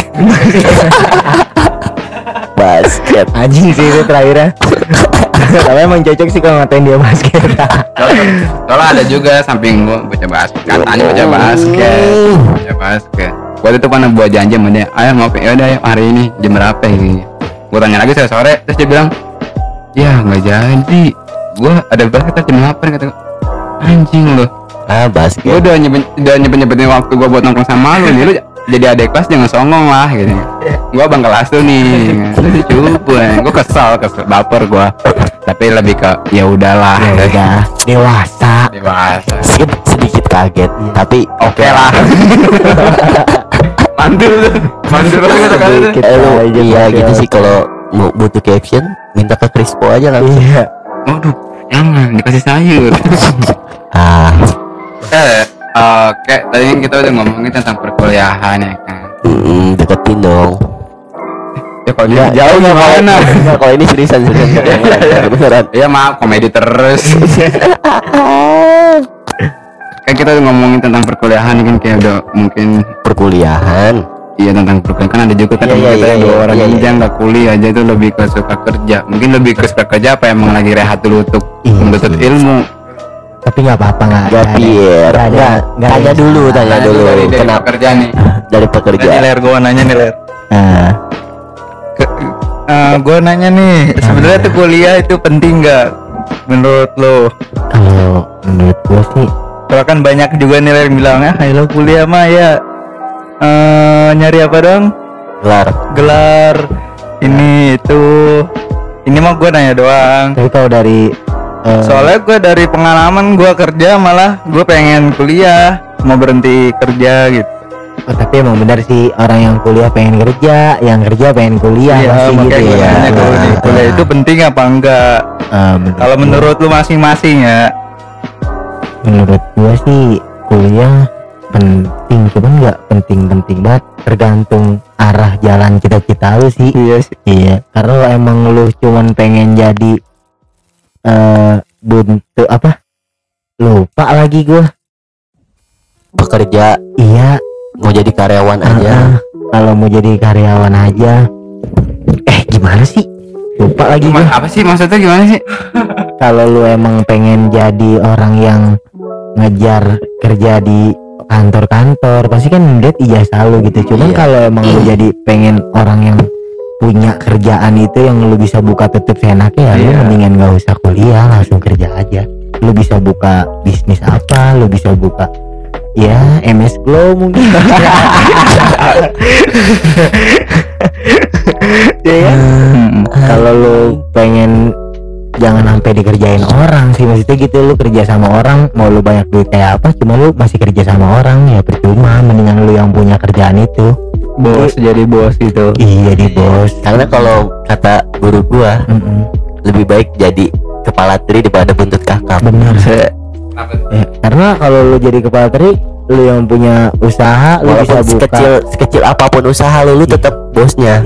Basket. Anjing sih itu terakhirnya. Tapi emang cocok sih kalau ngatain dia basket. Soalnya ada juga samping gua baca basket. Katanya baca basket. Baca basket. Gua itu pernah buat janji sama dia, ayo ngopi, yaudah ayo hari ini jam berapa ini. Gua tanya lagi sore, terus dia bilang, ya nggak jadi. Gua ada basket jam 8 kata gua. Anjing lu. Basket. Gua udah nyebet-nyebetin waktu gua buat nongkrong sama lu nih, lu jadi adik kelas jangan songong lah gitu. Gua bang kelas tuh nih. Terus cukup, gua kesal baper gua. Tapi lebih ke ya udahlah. Ya udah dewasa. Dewasa. Sedikit kaget. Tapi Oke lah. Mantul tuh. Mantul banget kata tuh. iya gitu sih, kalau mau butuh caption minta ke Crispo aja langsung. Iya. Waduh, jangan dikasih sayur. Ah, Oke, tadi kan kita udah ngomongin tentang perkuliahan ya kan. deketin dong. Ya kalau dia jauh gimana? Enggak, kalau ini seriusan beneran. Iya maaf, komedi terus. Kan kita udah ngomongin tentang perkuliahan kan, kayak udah mungkin Perkuliahan. iya tentang perkuliahan kan ada juga kan Iya, teman kita iya, yang dua iya, orang iya, ini iya. yang nggak kuliah aja itu lebih ke suka kerja. Mungkin lebih ke suka kerja apa emang lagi rehat dulu untuk Iya, menuntut ilmu. Tapi nggak apa-apa, nggak Gapir. Enggak, tanya dulu, tanya dulu. dari Kenapa pekerja nih. dari pekerja? Nih Ler, gue nanya nih Ler. Nah, Gue nanya nih, sebenarnya tuh kuliah itu penting nggak menurut lo? kalau menurut gue sih Soalnya kan banyak juga nih Ler yang bilang lo kuliah mah ya nyari apa dong? Gelar. Gelar ini itu. Ini mah gue nanya doang. tapi kalau dari Soalnya gue dari pengalaman gue kerja malah gue pengen kuliah, mau berhenti kerja gitu. tapi emang benar sih, orang yang kuliah pengen kerja, yang kerja pengen kuliah, Iya, masih makanya gitu gue ya. nanya kalau di kuliah itu penting apa enggak? Kalau menurut lu masing-masing ya. menurut gua sih kuliah penting, cuman nggak penting-penting banget, tergantung arah jalan cita-cita lu sih. Iya sih. Iya, karena kalau emang lu cuman pengen jadi buntu apa? Lupa lagi gua. Bekerja, Iya, mau jadi karyawan aja. kalau mau jadi karyawan aja. Gimana sih? Lupa lagi gua. Apa sih maksudnya gimana sih? Kalau lu emang pengen jadi orang yang ngejar kerja di kantor-kantor, pasti kan lihat ijazah lu gitu. Cuman Iya. kalau emang lu jadi pengen orang yang punya kerjaan itu yang lu bisa buka tutup seenaknya, ya lu Iya. mendingan gak usah kuliah, langsung kerja aja. Lu bisa buka bisnis apa, lu bisa buka ya MS Glow mungkin. Ya kan? Kalau lu pengen jangan sampai dikerjain orang sih, maksudnya gitu. Lu kerja sama orang, mau lu banyak duit kayak apa, cuma lu masih kerja sama orang, ya percuma. Mendingan lu yang punya kerjaan itu. Bos jadi bos gitu. Iya, di bos. Karena kalau kata guru gua, lebih baik jadi kepala teri daripada buntut kakap. Bener. Ya, karena kalau lu jadi kepala teri, lu yang punya usaha, lu bisa Walaupun buka. sekecil apapun usaha lu tetap bosnya.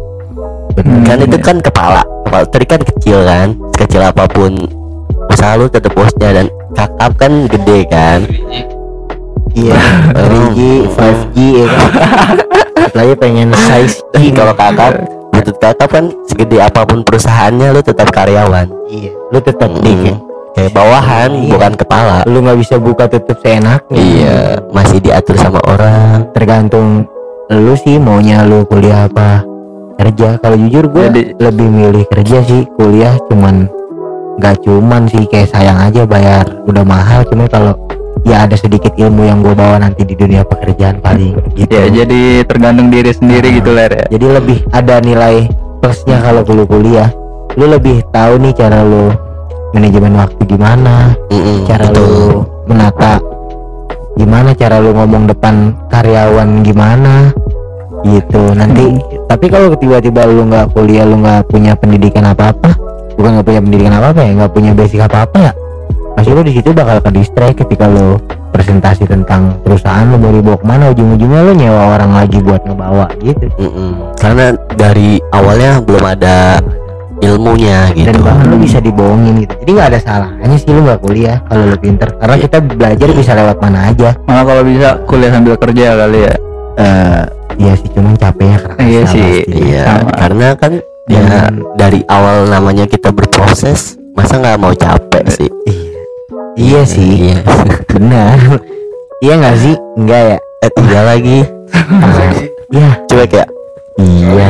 Kan itu kan kepala teri kan kecil kan, sekecil apapun usaha lu tetap bosnya. Dan kakap kan gede kan. Iya, 3G, 5G ya kan. Lagi pengen size Tapi kalau kakap, buntut kakap kan segede apapun perusahaannya lu tetap karyawan. iya, lu tetap dikit. Kayak bawahan, Iya. bukan kepala. Lu nggak bisa buka tutup seenaknya. Iya, masih diatur sama orang. Tergantung lu sih maunya lu kuliah apa kerja. Kalau jujur gue Jadi- lebih milih kerja sih. Kuliah cuman nggak cuman sih, kayak sayang aja bayar udah mahal. Cuman kalau ya ada sedikit ilmu yang gue bawa nanti di dunia pekerjaan paling gitu. Ya jadi tergantung diri sendiri gitu Ler ya. Jadi lebih ada nilai plusnya kalau lu kuliah. Lu lebih tahu nih cara lu manajemen waktu gimana, cara lu menata gimana, cara lu ngomong depan karyawan gimana gitu nanti. Tapi kalau tiba-tiba lu nggak kuliah, lu nggak punya pendidikan apa-apa, bukan nggak punya pendidikan apa-apa ya, nggak punya basic apa-apa ya, pasti lu di situ bakal ke distract ketika lu presentasi tentang perusahaan lu mau dibawa kemana, ujung-ujungnya lu nyewa orang lagi buat ngebawa gitu. Karena dari awalnya belum ada ilmunya gitu. Dan bahkan lu bisa dibohongin gitu. Jadi nggak ada salahnya sih lu nggak kuliah kalau lu pinter, karena kita belajar bisa lewat mana aja. Malah kalau bisa kuliah sambil kerja kali ya. Iya sih, cuman capeknya kerasa. Iya sih. pasti. Iya, Sama. karena kan ya Dan- dari awal namanya kita berproses, masa nggak mau capek sih? Iya sih, Iya. benar. Iya nggak sih? Enggak ya? Iya lagi. Iya. Cuek ya. Iya.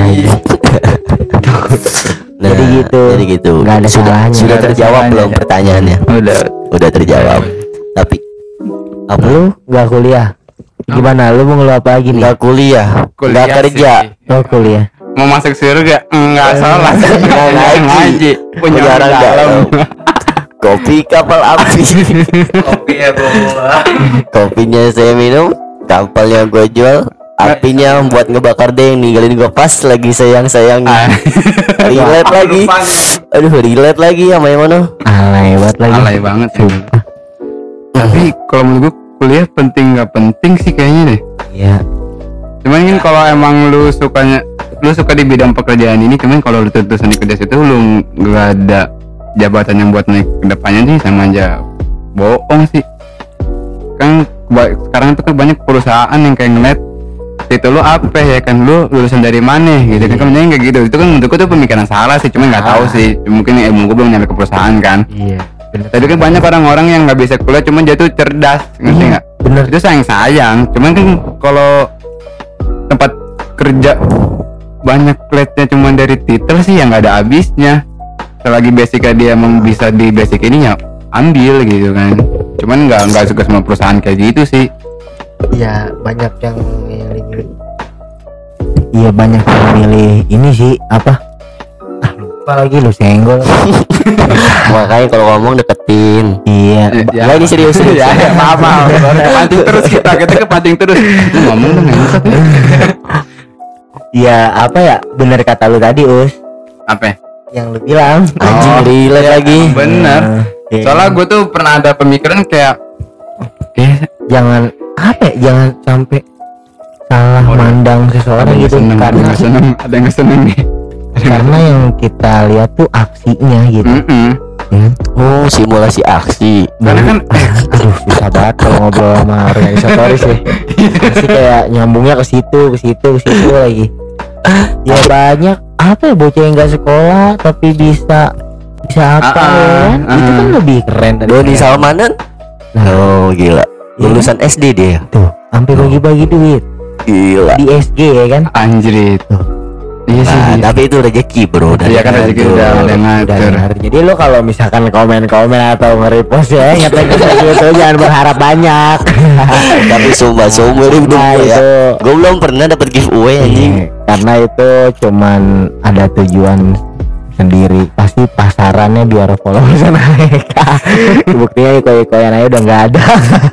Nah, Jadi gitu. Jadi gitu. Nggak ada sudah salahnya. sudah Nggak ada terjawab salahnya. belum pertanyaannya? Udah. Terjawab. Tapi apa? Lu nggak kuliah? Gimana? Lu mau ngeluh apa lagi nih? Nggak kuliah, nggak kerja. sih. Oh, kuliah. Mau masuk surga? Enggak salah. Nggak ngaji. Punya Jarang orang dalam. Kopi kapal api. Kopi ya gua. Kopinya saya minum, kapalnya gue jual, apinya buat ngebakar deh yang ninggalin gue pas lagi sayang-sayangnya. Relate lagi. Aduh, relate lagi sama yang mana? Alay banget lagi. Alay banget ya. Tapi kalau menurut gue kuliah penting nggak penting sih kayaknya deh. Iya. Cuman kan kalau emang lu suka di bidang pekerjaan ini, cuman kalau lu terusan di kerja situ lu nggak ada jabatan yang buat naik ke depannya sih sama aja bohong sih. Kan sekarang itu kan banyak perusahaan yang kayak ngeliat itu lu apa ya kan, lu lulusan dari mana gitu kan, kemudian kayak gitu. Itu kan menurutku tuh pemikiran salah sih, cuman nggak tahu sih, mungkin ilmu gue belum nyampe ke perusahaan kan. Iya. Bener. Tadi kan banyak orang-orang yang nggak bisa kuliah cuman dia tuh cerdas, ngerti nggak? Bener. Itu sayang. Cuman kan kalau tempat kerja banyak liatnya cuman dari titel sih yang nggak ada habisnya. Selagi basicnya dia emang bisa di basic ini ya ambil gitu kan. Cuman nggak suka semua perusahaan kayak gitu sih. Iya, banyak yang milih. Iya, banyak yang milih ini sih apa? Ah, lupa lagi lu senggol. Makanya kalau ngomong deketin. Iya. Nah, ini serius Ya, maaf. Kepancing terus kita kepancing terus. Lu ngomong dong enak. Iya, apa ya? Bener kata lu tadi, Us. Apa? Yang lu bilang. Anjing, relate lagi. Bener. Iya. Soalnya gue tuh pernah ada pemikiran kayak Jangan apa ya? Jangan sampai salah mandang seseorang gitu karena ada yang seneng nih. karena yang kita lihat tuh aksinya gitu. Ya. Oh, simulasi aksi. Karena kan Aduh, susah banget kalau ngobrol sama organisatoris ya. Pasti kayak nyambungnya ke situ lagi. Ya banyak apa ya, bocah yang nggak sekolah tapi bisa apa ya kan? Itu kan lebih keren dari Doni Salmanan. Oh, gila. Lulusan SD dia. tuh sampai bagi-bagi duit Gila. di SG ya kan. anjrit. Iya sih. Nah, tapi itu rezeki, bro. Iya kan rezeki udah ngatur. Jadi lo kalau misalkan komen-komen atau nge-repost ya ingat lagi gitu, jangan berharap banyak. Tapi sumpah seumur hidup Nah, gue ya, itu. gue belum pernah dapat giveaway anjing. Karena itu cuman ada tujuan sendiri, pasti pasarannya biar followers naik. Buktinya iko-ikoyan aja udah nggak ada.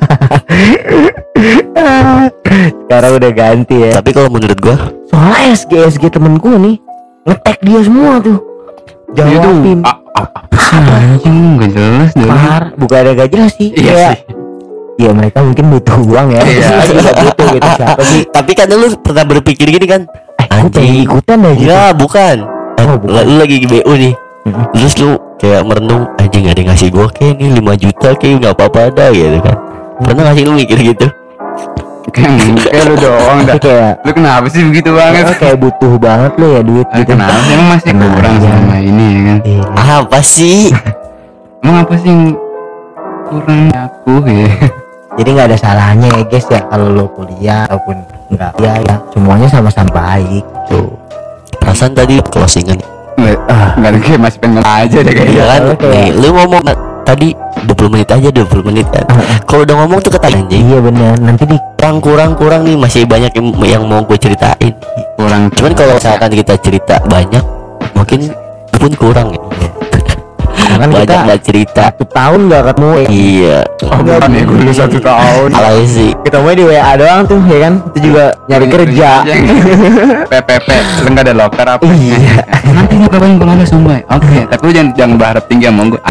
Sekarang udah ganti ya. Tapi kalau menurut gue, Soalnya SG temenku nih nge-tag dia semua tuh, jawabin. Anjing gak jelas deh. Bukan ada gak jelas sih. Iya Kayak, sih. ya mereka mungkin butuh uang ya. Iya. Kita butuh gitu siapa sih? tapi kan lu pernah berpikir gini kan? Aku pengen ikutan deh gitu. Ya bukan. Oh, bukan. Lu lagi di BU nih. Terus lu kayak merenung, anjing ada yang ngasih gua kayak ini 5 juta kayak nggak apa-apa ada gitu kan. Pernah ngasih lu mikir gitu? Kayak lu doang dah. Tapi kayak Lu kenapa sih begitu banget? kayak butuh banget lo ya duit gitu. Kenapa sih emang masih Kenapa? kurang sama ini ya kan? Iya. Apa sih? Emang apa sih yang kurang aku ya? Jadi nggak ada salahnya ya guys ya kalau lo kuliah ataupun enggak. Ya semuanya sama-sama baik. Tuh. Perasaan tadi closingan. Nggak ada kayak masih pengen aja deh Iya kayaknya. kan? Kalau kayak- Nih, lu ngomong tadi 20 menit aja 20 menit kan. Kalau udah ngomong tuh kata anjing. Iya benar. Nanti di Kurang nih, masih banyak yang mau gue ceritain. Kurang. Cuman kalau misalkan kita cerita banyak, mungkin pun kurang ya. kan Banyak kita nggak cerita. 1 tahun nggak ketemu ya. Iya. Oh bukan ya, gue dulu 1 tahun. Alay sih. Ketemunya di WA doang tuh ya kan. Itu juga nyari kerja. PPP, lu nggak ada locker apa? Iya. Nanti lu kabarin kalau ada sumpah. Oke, tapi lu jangan berharap tinggi sama gue.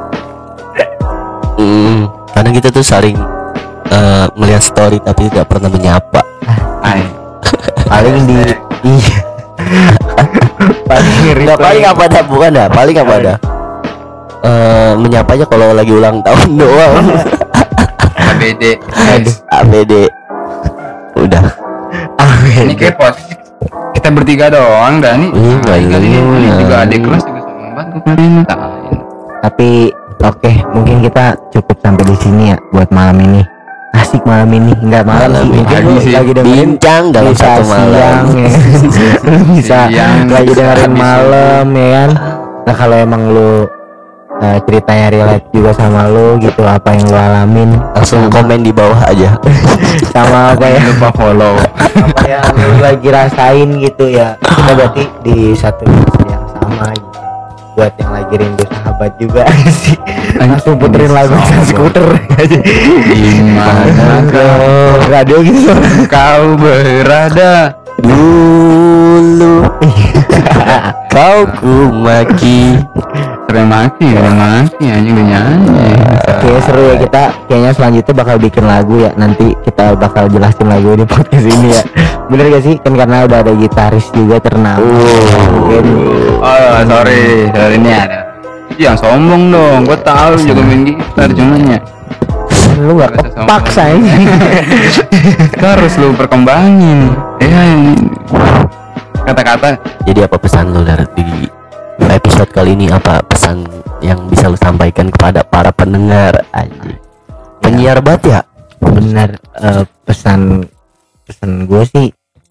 Karena kita tuh sering melihat story tapi tidak pernah menyapa. Ay. Paling di iya. Nggak, paling apa ada, bukan dah, paling apa ada. Menyapanya kalau lagi ulang tahun doang. ABD. ABD. Udah. Ini kayak posisi kita bertiga doang dah nih. Iya, nggak kali iya. ini juga adik kelas juga sama banget gue kemarin. Tapi oke, mungkin kita cukup sampai di sini ya buat malam ini. Asik malam ini, enggak malam Malam sih. ini. Mungkin Pagi lu sih. lagi dengerin Bincang dalam bisa satu malam. siang, ya. Lu bisa Siang, lagi bisa dengerin habis malam ya kan. Nah kalau emang lu ceritanya relate juga sama lu gitu, apa yang lu alamin, Langsung komen di bawah aja. sama apa ya, Jangan lupa follow. apa yang lu lagi rasain gitu ya, kita berarti di satu fase yang sama gitu. buat yang lagi rindu sahabat juga sih. Langsung Anjing, puterin lagu sombong. skuter aja. Gimana kau Radio gitu. kau berada Dulu kau ku maki. sering maki anjing udah nyanyi. Oke, seru ya, kita kayaknya selanjutnya bakal bikin lagu ya. Nanti kita bakal jelasin lagu di podcast ini ya. Bener gak sih? Kan karena udah ada gitaris juga ternama. Mungkin Oh sorry ini ada yang sombong dong, gue tahu juga main gitar cuman ya lu gak Gak usah kepaksa sombong. ini. harus lu perkembangin ya ini. Kata-kata Jadi apa pesan lu dari di episode kali ini, apa pesan yang bisa lu sampaikan kepada para pendengar aja? Penyiar banget ya? Bener, pesan gue sih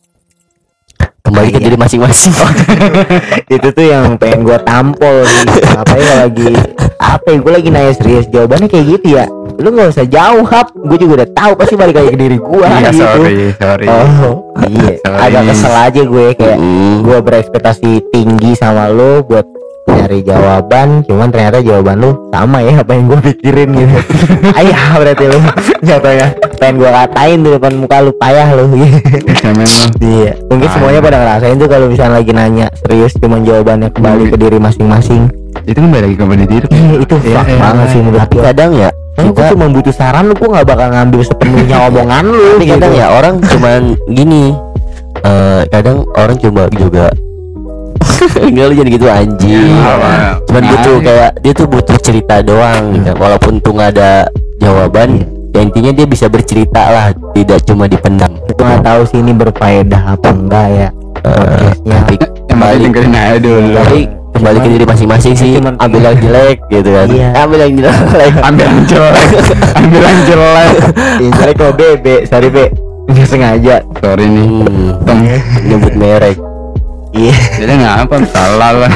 Kembali ke Iya. diri masing-masing. itu tuh yang pengen gue tampol nih. Apalagi kalau lagi apa ya, gue lagi nanya serius, jawabannya kayak gitu ya. Lu nggak usah jauh, Hap, gue juga udah tahu pasti balik lagi ke diri gue iya gitu. sorry Oh iya, Sorry. agak kesel aja gue kayak Mm. gue berekspektasi tinggi sama lu buat nyari jawaban, cuman ternyata jawaban lu sama ya apa yang gue pikirin gitu. Ayah berarti lu jatuhnya pengen gue katain di depan muka lu, payah lu. cemen lu. Iya, mungkin Ayah. semuanya pada ngerasain tuh kalau misalnya lagi nanya serius cuman jawabannya kembali ke diri masing-masing. Itu kan balik lagi ke balik diri. Itu fuck banget sih menurut Tapi gue. kadang ya Soalnya gue kita, cuma butuh saran lu, gue gak bakal ngambil sepenuhnya omongan lu. tapi kadang gitu. ya orang cuman gini. Kadang orang coba juga enggak, lu jadi gitu anjing. Iya. Cuman butuh Nah, kayak dia tuh butuh cerita doang gitu. Walaupun tuh nggak ada jawaban, ya intinya dia bisa bercerita lah, tidak cuma dipendam. Gue gak tahu sih ini berfaedah apa enggak ya podcastnya. Tapi yang penting kembali, dengerin aja dulu. tapi kembali ke diri masing-masing sih. Cuman- Ambil yang jelek gitu kan. Iya. Ambil yang jelek. Ambil yang jelek, ambil yang jelek. Ini jelek kalau bebe, sorry be, nggak sengaja. Sorry nih, Tom. Nyebut merek. Iya. Jadi ngapa salah lah.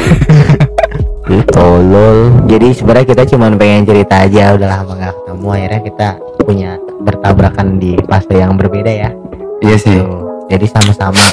Tolol. Jadi sebenarnya kita cuma pengen cerita aja, udah lama nggak ketemu, akhirnya kita punya bertabrakan di fase yang berbeda ya. Iya sih. Tuh. Jadi sama-sama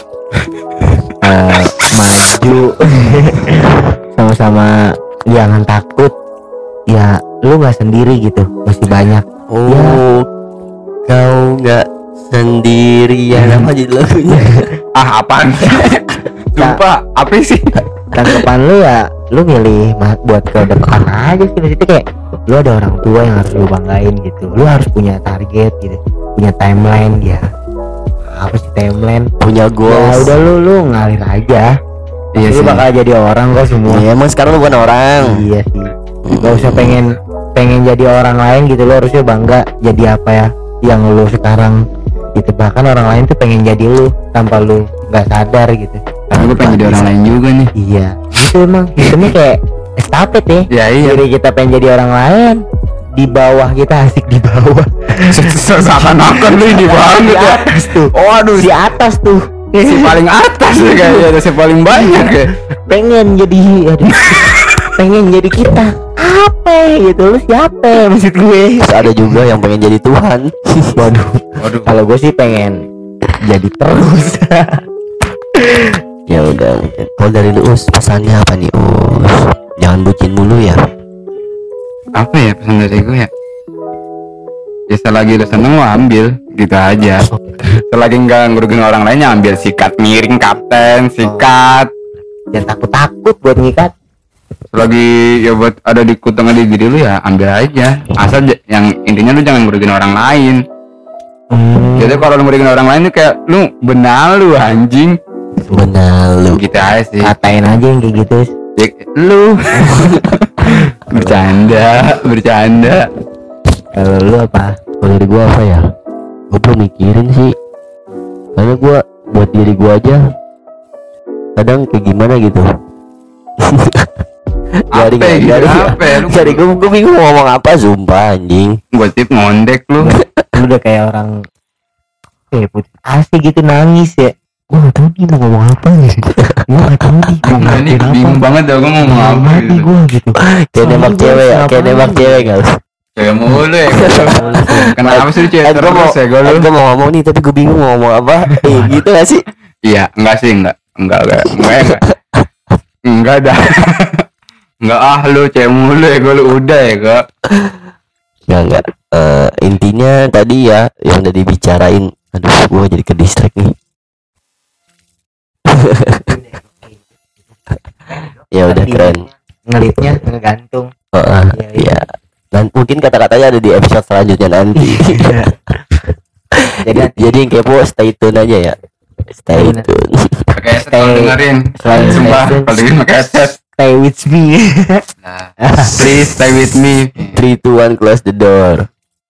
maju, sama-sama jangan takut. Ya lu nggak sendiri gitu, masih banyak. Oh, kau nggak sendirian. Apa jadi lagunya? Ah apaan? Sumpah, apa sih? Tanggapan lu ya, lu milih buat ke depan aja sih. Maksudnya kayak lu ada orang tua yang harus lu banggain gitu, lu harus punya target gitu, punya timeline ya. Apa sih timeline? Punya Ya goals. udah lu ngalir aja. Iya Lu sih. bakal jadi orang kok semua. Ya, emang sekarang lu bukan orang. Iya sih. Gak usah pengen jadi orang lain gitu, lu harusnya bangga jadi apa ya yang lu sekarang gitu. Bahkan orang lain tuh pengen jadi lu tanpa lu nggak sadar gitu. Karena gue pengen jadi orang lain juga nih. Iya, gitu emang. Sistemnya kayak estafet ya. Ya iya. Jadi kita pengen jadi orang lain, di bawah kita asik di bawah. Seakan-akan lu ini banget Di ya. atas tuh. Oh aduh, Di atas tuh. si paling atas ya kayaknya, si paling banyak ya. Pengen jadi pengen jadi kita. Apa gitu, lu siapa maksud gue? Terus ada juga yang pengen jadi Tuhan. Waduh. Waduh. Kalau gue sih pengen jadi terus. Ya udah, mungkin. Kalau dari lu Us, pesannya apa nih Us? Jangan bucin mulu ya. Apa ya pesan dari gue ya? Ya selagi lu seneng lo ambil gitu aja. Selagi nggak ngerugiin orang lain ya ambil, sikat miring kapten, sikat. Jangan takut-takut buat ngikat. Selagi ya buat ada di kutungan di diri lu ya ambil aja. Asal yang intinya lu jangan ngerugiin orang lain. Jadi kalau lu ngerugiin orang lain tuh kayak lu benalu anjing. Benar lu. Gitu aja sih. Katain aja yang kayak gitu. Ya, lu bercanda. Kalau lu apa? Kalau dari gua apa ya? Gua belum mikirin sih. Karena gua buat diri gua aja kadang kayak gimana gitu. Apa ya, gitu, apa ya? Lu Jadi gua bingung mau ngomong apa, sumpah anjing. gue tip ngondek lu. Lu udah kayak orang kayak putus asa gitu, nangis ya. Gue gak tau nih mau ngomong apa nih. Gue gak tau nih mau Nah, ini ngelakuin apa. bingung banget dah gue mau ngomong apa Mati gitu. gue gitu. Kayak nembak cewek ya, kayak nembak cewek enggak? Cewek mulu ya. Kenapa sih lu cewek Gua mau, terus ya gue lu? gua mau ngomong nih tapi gua bingung mau ngomong apa. Gitu gak sih? Iya, enggak sih, enggak dah. Enggak lu cewek mulu ya gue, lu udah ya kak. Enggak. Intinya tadi ya yang udah dibicarain. Aduh, gua jadi ke distract nih. Ya udah keren. Ngelitnya ngegantung. Iya. Dan mungkin kata-katanya ada di episode selanjutnya nanti. Jadi yang kepo stay tune aja ya. Stay tune. Pakai headset kalau dengerin. Selain Sumpah, headset. kalau dengerin pakai headset. Stay with me. Nah, please stay with me. 3, 2, 1 close the door.